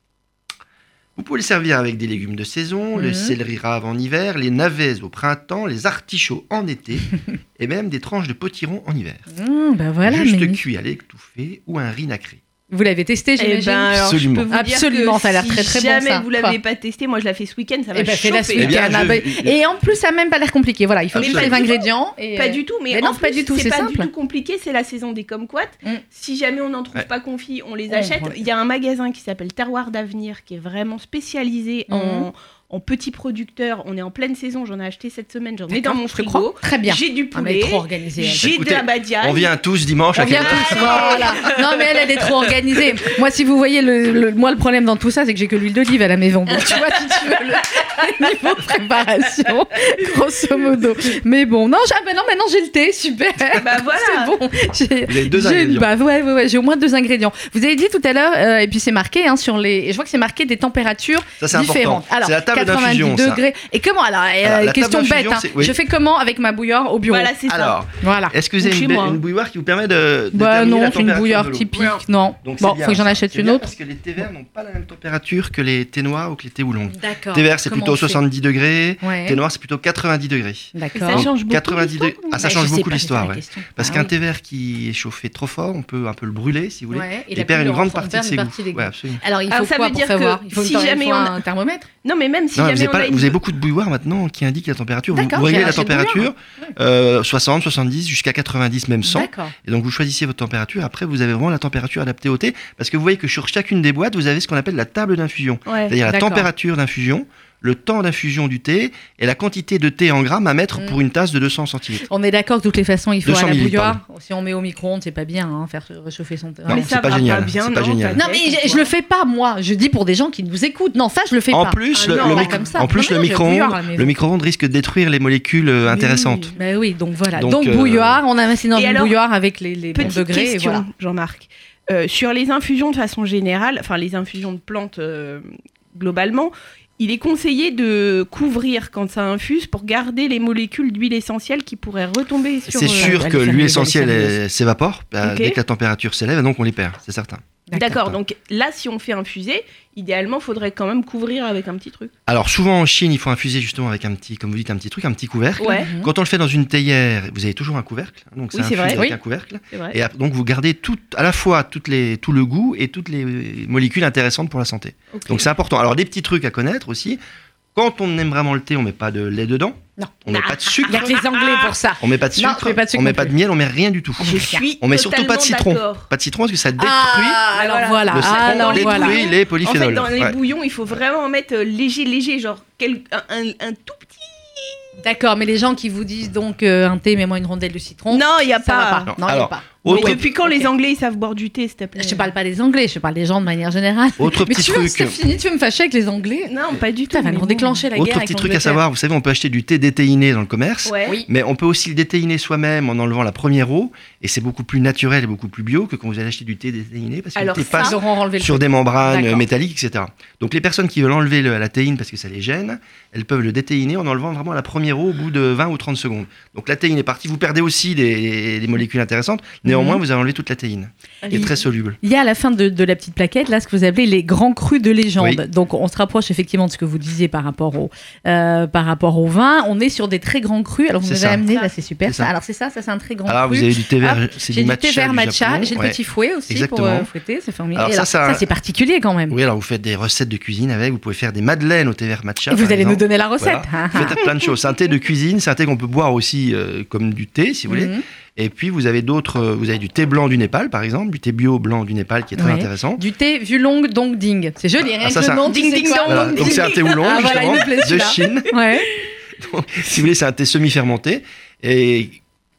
Vous pouvez le servir avec des légumes de saison, Mm-hmm. le céleri rave en hiver, les navets au printemps, les artichauts en été et même des tranches de potiron en hiver. Mmh, ben voilà, Juste mais... cuit à l'étouffée ou un riz nacré. Vous l'avez testé, j'imagine. Eh ben, alors, Absolument. je peux vous Absolument, dire que ça a l'air si très, très bon, jamais ça. vous l'avez pas testé, moi je l'ai fait ce week-end, ça va Eh ben, fais-la ce chauffer. Eh bien, week-end. je- Ah bah- Et en plus, ça n'a même pas l'air compliqué. Voilà, il faut juste Absolument. les ingrédients. Et... Pas du tout, mais, Mais en non, pas plus, du tout, c'est pas simple. du tout compliqué, c'est la saison des kumquats. Mm. Si jamais on n'en trouve Ouais. pas confit, on les On achète. prend. Il y a un magasin qui s'appelle Terroir d'Avenir qui est vraiment spécialisé en, en petits producteurs. On est en pleine saison, j'en ai acheté cette semaine, j'en ai dans D'accord, mon je frigo. crois. Très bien. J'ai du Ah, mais elle est poulet, trop organisée. elle. j'ai de Écoutez, la badiane. On vient tous dimanche On à vient quelle heure tous, voilà. Non, mais elle, elle est trop organisée. Moi, si vous voyez, le, le- moi, le problème dans tout ça, c'est que j'ai que l'huile d'olive à la maison. Donc, tu vois, si tu veux, le niveau préparation, grosso modo. Mais bon, non, j'ai- ah, ben non, maintenant j'ai le thé, super. Bah voilà. C'est bon. J'ai, Vous avez deux j'ai ingrédients. Une bave, ouais, ouais, ouais, j'ai au moins deux ingrédients. Vous avez dit tout à l'heure, euh, et puis c'est marqué hein, sur les. Et je vois que c'est marqué des températures Ça, c'est différentes. important. C'est la table quatre-vingt-dix d'infusion, ça. degrés. Et comment alors, euh, Alors, la question table bête. d'infusion, Hein, c'est- oui. Je fais comment avec ma bouilloire au bureau Voilà, c'est ça. Alors, Voilà. est-ce que vous avez Chez une, moi. une bouilloire qui vous permet de Bah déterminer non, la c'est une température bouilloire de l'eau typique. Voilà. Non. Donc, c'est Bon, bien, faut que j'en ça. achète C'est une bien autre. Parce que les thés verts n'ont pas la même température que les thés noirs ou que les thés oolong. D'accord. Thé vert, c'est Comment plutôt on fait soixante-dix degrés. Ouais. Thé noir, c'est plutôt quatre-vingt-dix degrés. D'accord. Ça change beaucoup. quatre-vingt-dix l'histoire, degrés. ou Ah, ça Bah, change je sais beaucoup pas, l'histoire, c'est ça la ouais. question. Parce Ah qu'un oui. thé vert qui est chauffé trop fort, on peut un peu le brûler, si vous voulez, Ouais, et, la perd une couleur, grande on partie perd de une ses partie des goûts. goûts. Ouais, absolument. Alors, il faut Alors, ça quoi veut pour dire savoir que Il faut, si une- il jamais faut on a- un thermomètre Non, mais même si Non, jamais vous, avez on pas- a vous une- avez beaucoup de bouilloires maintenant qui indiquent la température. Vous, D'accord, vous réglez j'ai la acheté de température euh, soixante, soixante-dix, jusqu'à quatre-vingt-dix, même cent. D'accord. Et donc vous choisissez votre température. Après, vous avez vraiment la température adaptée au thé. Parce que vous voyez que sur chacune des boîtes, vous avez ce qu'on appelle la table d'infusion. Ouais. C'est-à-dire la D'accord. température d'infusion, le temps d'infusion du thé et la quantité de thé en grammes à mettre Mm. pour une tasse de deux cents centilitres. On est d'accord que de toutes les façons, il faut deux à cents la millilitres, bouilloire. Si on met au micro-ondes, c'est pas bien, hein, faire réchauffer son thé. Non, mais c'est ça pas va génial, Pas bien, c'est pas non, génial. Non, mais je, je le fais pas, moi. Je dis pour des gens qui nous écoutent. Non, ça, je le fais En pas. plus, Ah le, non, le pas micro- comme ça. en plus, Non, le non, j'ai bouilloire à la micro-ondes maison. le micro-ondes risque de détruire les molécules euh, intéressantes. Bah oui, donc voilà. Donc, Donc, euh, bouilloire, on investit dans Et une alors, bouilloire avec les, les bons Petite degrés. Et question, voilà. Jean-Marc. Euh, sur les infusions de façon générale, enfin les infusions de plantes euh, globalement, il est conseillé de couvrir quand ça infuse pour garder les molécules d'huile essentielle qui pourraient retomber sur. C'est euh, sûr elle que est fermée, l'huile essentielle elle est elle s'évapore euh, Ok. dès que la température s'élève, et donc on les perd, c'est certain. D'accord, donc là, si on fait infuser, idéalement, faudrait quand même couvrir avec un petit truc. Alors souvent en Chine, il faut infuser justement avec un petit, comme vous dites, un petit truc, un petit couvercle. Ouais, Mhm. Quand on le fait dans une théière, vous avez toujours un couvercle, hein, donc ça Oui, c'est infuse vrai. avec Oui. un couvercle. c'est vrai. Et ap- donc vous gardez tout, à la fois toutes les, tout le goût et toutes les molécules intéressantes pour la santé. Ok. Donc c'est important. Alors des petits trucs à connaître aussi. Quand on aime vraiment le thé, on met pas de lait dedans. Non. On met pas de sucre. Il y a que les Anglais pour ça. On met pas de Non, sucre. je mets pas de sucre on met non pas de plus. miel. On met rien du tout. Je suis On met surtout pas de totalement citron. d'accord. Pas de citron parce que ça détruit. Ah, alors voilà. le citron, Alors détruit voilà. les En fait, polyphénols. dans les Ouais. bouillons, il faut vraiment en mettre euh, léger, léger, genre quel- un, un- un tout petit. D'accord, mais les gens qui vous disent donc euh, un thé, mets-moi une rondelle de citron. Non, il y a ça va pas. pas. Non, Non, il y a alors, pas. Autre, Mais depuis quand Ok. les Anglais ils savent boire du thé, s'il te plaît? Je te parle pas des Anglais, je te parle des gens de manière générale. autre Mais petit tu vois, truc. c'est fini, tu veux me fâcher avec les Anglais. Non, pas du tout. Putain, va mais nous bon. déclencher la Autre guerre avec petit truc à l'Angleterre. savoir, vous savez, on peut acheter du thé déthéiné dans le commerce. Ouais. Oui. Mais on peut aussi le déthéiner soi-même en enlevant la première eau, et c'est beaucoup plus naturel et beaucoup plus bio que quand vous allez acheter du thé déthéiné, parce que Alors le thé ça, passe Ils auront enlevé le sur truc. des membranes D'accord. euh, métalliques, et cetera. Donc les personnes qui veulent enlever le- la théine parce que ça les gêne, elles peuvent le déthéiner en enlevant vraiment la première eau au bout de vingt ou trente secondes. Donc la théine est partie, vous perdez aussi des, des molécules intéressantes, néanmoins Mhm. vous avez enlevé toute la théine, qui est Il- très soluble. Il y a à la fin de, de la petite plaquette, là, ce que vous appelez les grands crus de légende. Oui. Donc, on se rapproche effectivement de ce que vous disiez par rapport au, euh, par rapport au vin. On est sur des très grands crus. Alors, vous C'est nous avez ça. amené, là, c'est super. C'est ça. Alors, c'est ça, ça, c'est un très grand Alors cru. vous avez du thé vert, Ah, c'est J'ai du du matcha. thé vert du matcha, Japon, j'ai le ouais. petit fouet aussi Exactement. pour euh, fouetter, ça fait un Alors Et ça, alors, ça- ça, c'est particulier quand même. Oui, alors vous faites des recettes de cuisine avec, vous pouvez faire des madeleines au thé vert matcha. Et vous par allez nous exemple. donner la recette. Voilà. Vous faites plein de choses. C'est un thé de cuisine, c'est un thé qu'on peut boire aussi euh, comme du thé, si vous voulez. Mhm. Et puis vous avez d'autres, euh, vous avez du thé blanc du Népal, par exemple, du thé bio blanc du Népal qui est très Ouais. intéressant. Du thé Vulong Dong Ding. C'est joli, rien Ah, ça, que c'est le un- nom, tu Ding, sais ding, quoi. dong. Voilà, donc c'est un thé oolong, Ah, voilà, il justement, nous plaît, de celui-là. Chine. Ouais. Donc, si vous voulez, c'est un thé semi-fermenté. Et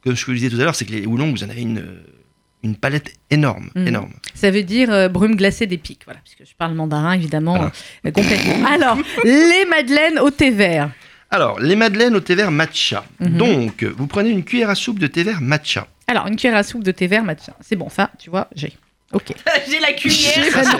comme je vous disais tout à l'heure, c'est que les oolongs, vous en avez une, une palette énorme, mmh. énorme. Ça veut dire euh, brume glacée des pics, voilà, puisque je parle mandarin, évidemment, voilà. euh, complètement. Alors, les madeleines au thé vert. Alors, les madeleines au thé vert matcha. Mmh. Donc, vous prenez une cuillère à soupe de thé vert matcha. Alors, une cuillère à soupe de thé vert matcha. C'est bon, ça, tu vois, j'ai. Ok. J'ai la cuillère. J'ai, maintenant...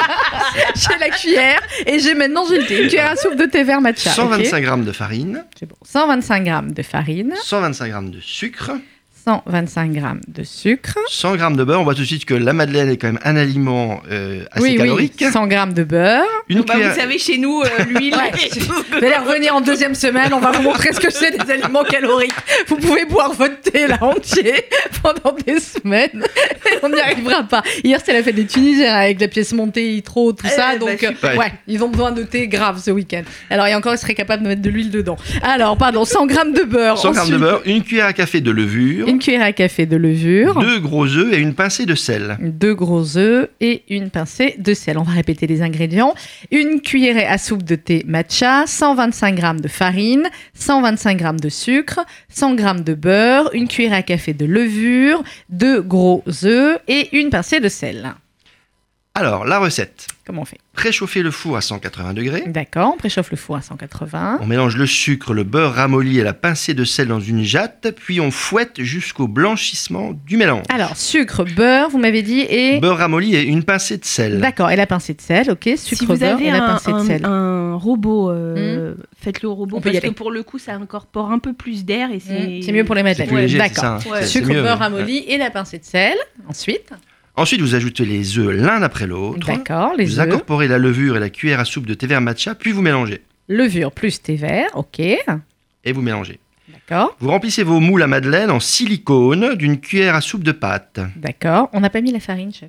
j'ai la cuillère et j'ai maintenant j'ai le thé. Une cuillère à soupe de thé vert matcha. cent vingt-cinq grammes okay. de farine. C'est bon. cent vingt-cinq grammes de farine. cent vingt-cinq grammes de sucre. cent vingt-cinq grammes de sucre. cent grammes de beurre. On voit tout de suite que la madeleine est quand même un aliment euh, assez oui, calorique. Oui, cent grammes de beurre. Une bah, cuillère... Vous savez, chez nous, euh, l'huile... ouais, vous allez revenir en deuxième semaine, on va vous montrer ce que c'est des aliments caloriques. Vous pouvez boire votre thé là entier pendant des semaines et on n'y arrivera pas. Hier, c'était la fête des Tunisiens avec la pièce montée, Yitro, tout ça. Euh, donc, bah, euh, ouais, ils ont besoin de thé grave ce week-end. Alors, et encore, ils seraient capables de mettre de l'huile dedans. Alors, pardon, cent grammes de beurre. cent grammes de beurre, une cuillère à café de levure. Une cuillère à café de levure. Deux gros œufs et une pincée de sel. Deux gros œufs et une pincée de sel. On va répéter les ingrédients. Une cuillerée à soupe de thé matcha, cent vingt-cinq grammes de farine, cent vingt-cinq grammes de sucre, cent grammes de beurre, une cuillerée à café de levure, deux gros œufs et une pincée de sel. Alors, la recette. Comment on fait ? Préchauffer le four à cent quatre-vingts degrés. D'accord, on préchauffe le four à cent quatre-vingts. On mélange le sucre, le beurre ramolli et la pincée de sel dans une jatte, puis on fouette jusqu'au blanchissement du mélange. Alors, sucre, beurre, vous m'avez dit, et... Beurre ramolli et une pincée de sel. D'accord, et la pincée de sel, ok, sucre, si vous beurre avez et la un, pincée de un, sel. un robot, euh, mmh. faites-le au robot, parce que pour le coup, ça incorpore un peu plus d'air et c'est... Mmh. C'est mieux pour les madeleines. C'est léger, d'accord. C'est ça, ouais. Sucre, c'est mieux, beurre ouais. ramolli et la pincée de sel. Ensuite... Ensuite, vous ajoutez les œufs l'un après l'autre. D'accord, les vous œufs. Vous incorporez la levure et la cuillère à soupe de thé vert matcha, puis vous mélangez. Levure plus thé vert, ok. Et vous mélangez. D'accord. Vous remplissez vos moules à madeleine en silicone d'une cuillère à soupe de pâte. D'accord. On n'a pas mis la farine, chef.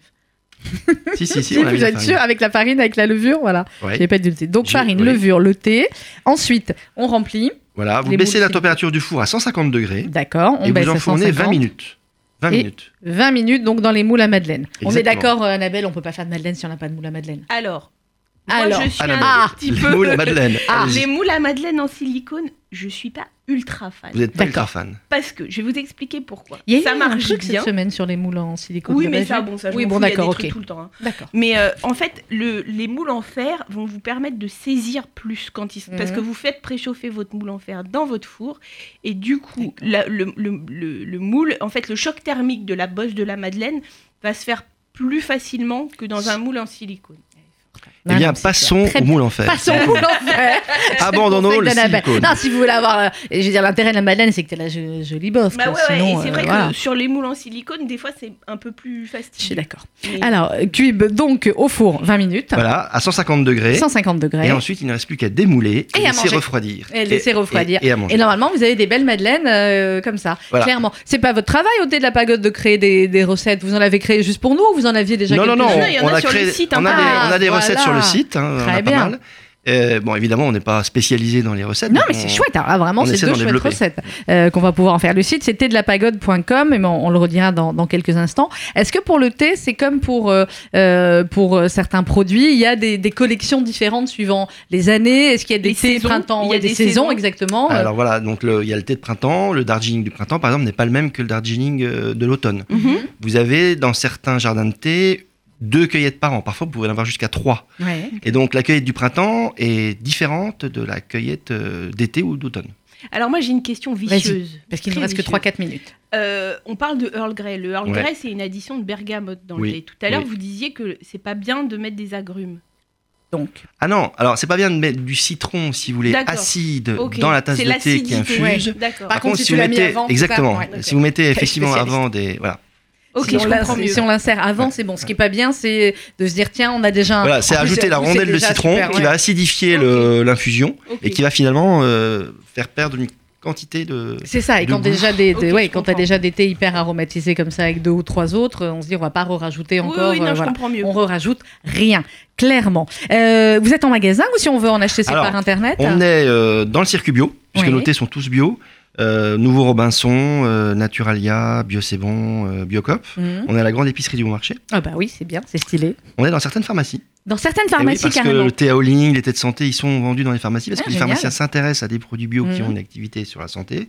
si, si, si. si on a vous êtes sûr, avec la farine, avec la levure, voilà. Ouais. J'ai pas dit le thé. Donc J'ai... farine, oui. levure, le thé. Ensuite, on remplit. Voilà, vous baissez la température du four à cent cinquante degrés. D'accord. On et baisse vous à enfournez vingt minutes. vingt et minutes. vingt minutes, donc dans les moules à madeleine. Exactement. On est d'accord, euh, Annabelle, on peut pas faire de madeleine si on n'a pas de moule à madeleine. Alors, Alors, moi, je suis Annabelle, un petit les peu... moules à madeleine. Ah, les moules à madeleine en silicone, je suis pas ultra fan. Vous n'êtes pas ultra fan. Parce que, je vais vous expliquer pourquoi. Il y a ça eu marche un truc bien. cette semaine sur les moules en silicone. Oui, mais ça, bon, ça, je oui, m'en bon, fous, d'accord, il y a des ok. trucs tout le temps. Hein. D'accord. Mais euh, en fait, le, les moules en fer vont vous permettre de saisir plus quand ils, mmh. parce que vous faites préchauffer votre moule en fer dans votre four et du coup, la, le, le, le, le moule, en fait, le choc thermique de la bosse de la madeleine va se faire plus facilement que dans un moule en silicone. Eh bien, passons au moule en fer. Passons au moule en fer. Abandonnons le silicone. Non, si vous voulez avoir... Euh, je veux dire, l'intérêt de la madeleine, c'est que t'as la jo- jolie bosse. Bah ouais, Sinon, ouais, et c'est euh, vrai voilà. que sur les moules en silicone, des fois, c'est un peu plus fastidieux. Je suis d'accord. Mais... Alors, cuib donc au four vingt minutes. Voilà, à cent cinquante degrés. cent cinquante degrés. Et ensuite, il ne reste plus qu'à démouler et, et à laisser manger. refroidir. Et laisser refroidir. Et, et, à manger. Et normalement, vous avez des belles madeleines euh, comme ça. Voilà. Clairement. C'est pas votre travail au thé de la pagode de créer des, des recettes. Vous en avez créé juste pour nous ou vous en aviez déjà Non, non, non. Il y en a sur le site, on a hein. des, Ah, on a des voilà. recettes sur le site. Hein, Très on a bien. pas mal. Euh, bon, évidemment, on n'est pas spécialisé dans les recettes. Non, mais on, c'est chouette, hein. Vraiment, c'est deux chouettes développer. recettes euh, qu'on va pouvoir en faire. Le site, c'est thé de la pagode point com, et on, on le redira dans, dans quelques instants. Est-ce que pour le thé, c'est comme pour, euh, euh, pour certains produits, il y a des, des collections différentes suivant les années? Est-ce qu'il y a des Les thés saisons. printemps? Il y a ouais, des, des saisons, saisons. exactement. Alors voilà, donc le- il y a le thé de printemps, le Darjeeling du printemps, par exemple, n'est pas le même que le Darjeeling euh, de l'automne. Mhm. Vous avez dans certains jardins de thé deux cueillettes par an. Parfois, vous pouvez en avoir jusqu'à trois. Ouais. Et donc, la cueillette du printemps est différente de la cueillette euh, d'été ou d'automne. Alors moi, j'ai une question vicieuse. Parce qu'il ne Très reste que vicieuse. trois quatre minutes. Euh, on parle de Earl Grey. Le Earl Ouais. Grey, c'est une addition de bergamote dans Oui, le thé. Tout à l'heure, oui. vous disiez que c'est pas bien de mettre des agrumes. Donc, Ah non, alors c'est pas bien de mettre du citron, si vous voulez, D'accord. acide Ok. dans la tasse C'est de thé qui l'acidité. infuse. Ouais, d'accord. Par contre, si tu vous l'as mis mettez avant, c'est exactement, pas- ouais, si vous mettez effectivement spécialiste. avant des voilà, Ok, si, je on comprends l'insère- mieux. si on l'insère avant, c'est bon. Ce qui est pas bien, c'est de se dire tiens, on a déjà un... voilà, c'est en plus, ajouter la en plus, rondelle c'est de déjà citron super, qui ouais. va acidifier Ok. le- l'infusion Ok. et qui va finalement euh, faire perdre une quantité de. C'est ça, et de quand, goût. déjà des, des- Ok, ouais, je quand t'as comprends. déjà des thés hyper aromatisés comme ça avec deux ou trois autres, on se dit on va pas rajouter Oui, encore. oui, non, euh, je voilà. comprends mieux. On rajoute rien, clairement. Euh, vous êtes en magasin ou si on veut en acheter, c'est Alors, par internet? On est euh, dans le circuit bio, puisque Oui. nos thés sont tous bio. Euh, Nouveau Robinson, euh, Naturalia, Bio C'est Bon, euh, Biocop. Mhm. On est à la grande épicerie du bon marché. Ah bah oui, c'est bien, c'est stylé. On est dans certaines pharmacies. Dans certaines Eh oui, pharmacies, parce que carrément. le thé à Hauling, les thés de santé, ils sont vendus dans les pharmacies parce Ah, que les génial. pharmaciens s'intéressent à des produits bio qui Mhm. ont une activité sur la santé.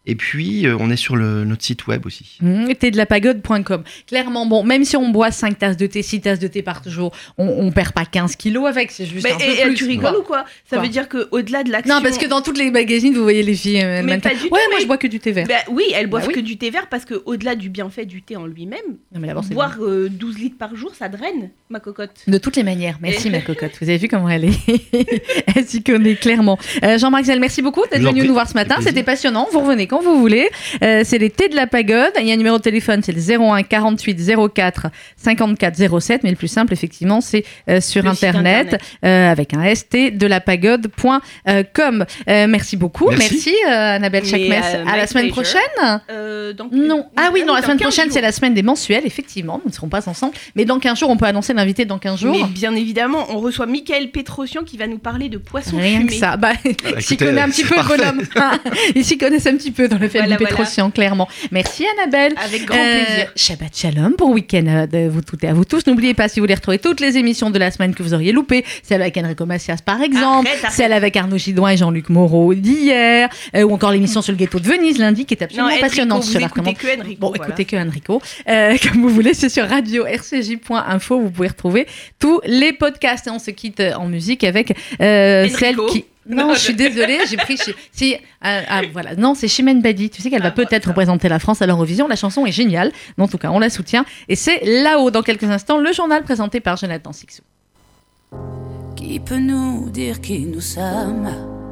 Et puis, euh, on est sur le, notre site web aussi. Mmh, thé de la pagode point com. Clairement, bon, même si on boit cinq tasses de thé, six tasses de thé par jour, on ne perd pas quinze kilos avec, c'est juste mais un et, peu plus. Et tu rigoles ou quoi? Ça quoi veut dire qu'au-delà de l'action... Non, parce que dans toutes les magazines, vous voyez les filles... Euh, mais pas du tout, ouais, mais... moi je bois que du thé vert. Bah, oui, elles boivent bah, oui. que du thé vert parce qu'au-delà du bienfait du thé en lui-même, non, mais boire euh, douze litres par jour, ça draine, ma cocotte. De toutes les manières. Merci, ma cocotte. Vous avez vu comment elle est? Elle s'y connaît clairement. Euh, Jean-Marc Zell, merci beaucoup d'être venu nous voir ce matin. C'était passionnant. Vous revenez quand vous voulez. Euh, c'est les thés de la pagode. Il y a un numéro de téléphone, c'est le zéro un quarante-huit zéro quatre cinquante-quatre zéro sept. Mais le plus simple, effectivement, c'est euh, sur le Internet, Internet. Euh, avec un S, thé de la pagode point com. Euh, merci beaucoup. Merci, merci euh, Annabelle Chakmes. Euh, à la semaine pleasure. prochaine. Euh, donc, non. Ah oui, non, la semaine prochaine, jours. c'est la semaine des mensuels, effectivement. Nous ne serons pas ensemble. Mais dans quinze jours, on peut annoncer l'invité dans quinze jours. Mais bien évidemment, on reçoit Mickaël Pétrosian qui va nous parler de poissons Rien fumés. que ça. Bah, bah, il s'y connaît un petit peu, le bonhomme. Il s'y connaît un petit peu dans le film voilà, du Pétrosian, voilà. clairement. Merci Annabelle. Avec grand euh, plaisir. Shabbat Shalom pour week-end de vous toutes et à vous tous. N'oubliez pas, si vous voulez retrouver toutes les émissions de la semaine que vous auriez loupées, celle avec Enrico Macias par exemple, arrête, arrête. celle avec Arnaud Gidouin et Jean-Luc Moreau d'hier, euh, ou encore l'émission sur le ghetto de Venise lundi qui est absolument non, passionnante. Enrico, vous écoutez que Enrico. Bon, voilà. écoutez que Enrico. Euh, comme vous voulez, c'est sur radio r c j point info. Vous pouvez retrouver tous les podcasts. Et on se quitte en musique avec euh, celle qui... Non, non, je suis désolée, j'ai pris chez... Si, euh, ah, voilà. Non, c'est Chimène Badi. Tu sais qu'elle va ah, peut-être voilà. représenter la France à l'Eurovision. La chanson est géniale. Mais en tout cas, on la soutient. Et c'est là-haut, dans quelques instants, le journal présenté par Jonathan Sixou. Qui peut nous dire qui nous sommes?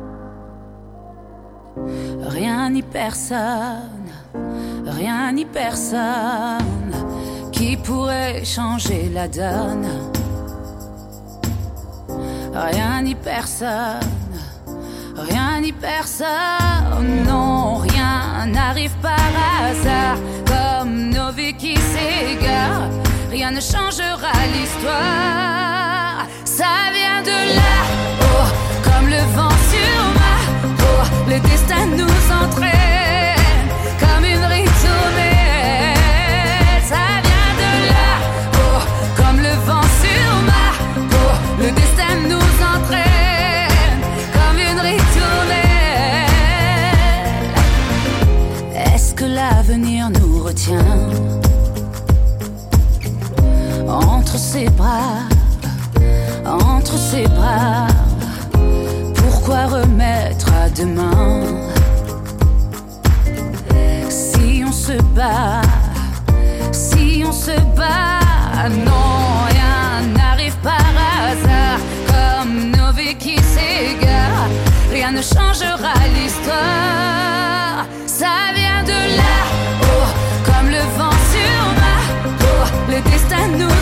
Rien ni personne, rien ni personne qui pourrait changer la donne. Rien ni personne, rien ni personne, non, rien n'arrive par hasard, comme nos vies qui s'égarent, rien ne changera l'histoire, ça vient de là-haut, comme le vent sur ma peau, le destin nous entraîne, comme une ritournelle, ça vient de là-haut, comme le vent sur ma peau, le destin nous entraîne comme une ritournelle. Est-ce que l'avenir nous retient entre ses bras, entre ses bras? Pourquoi remettre à demain si on se bat, si on se bat? Non, rien n'arrive par hasard. Comme nos vies qui s'égarent, rien ne changera l'histoire. Ça vient de là-haut, comme le vent sur ma peau, le destin nous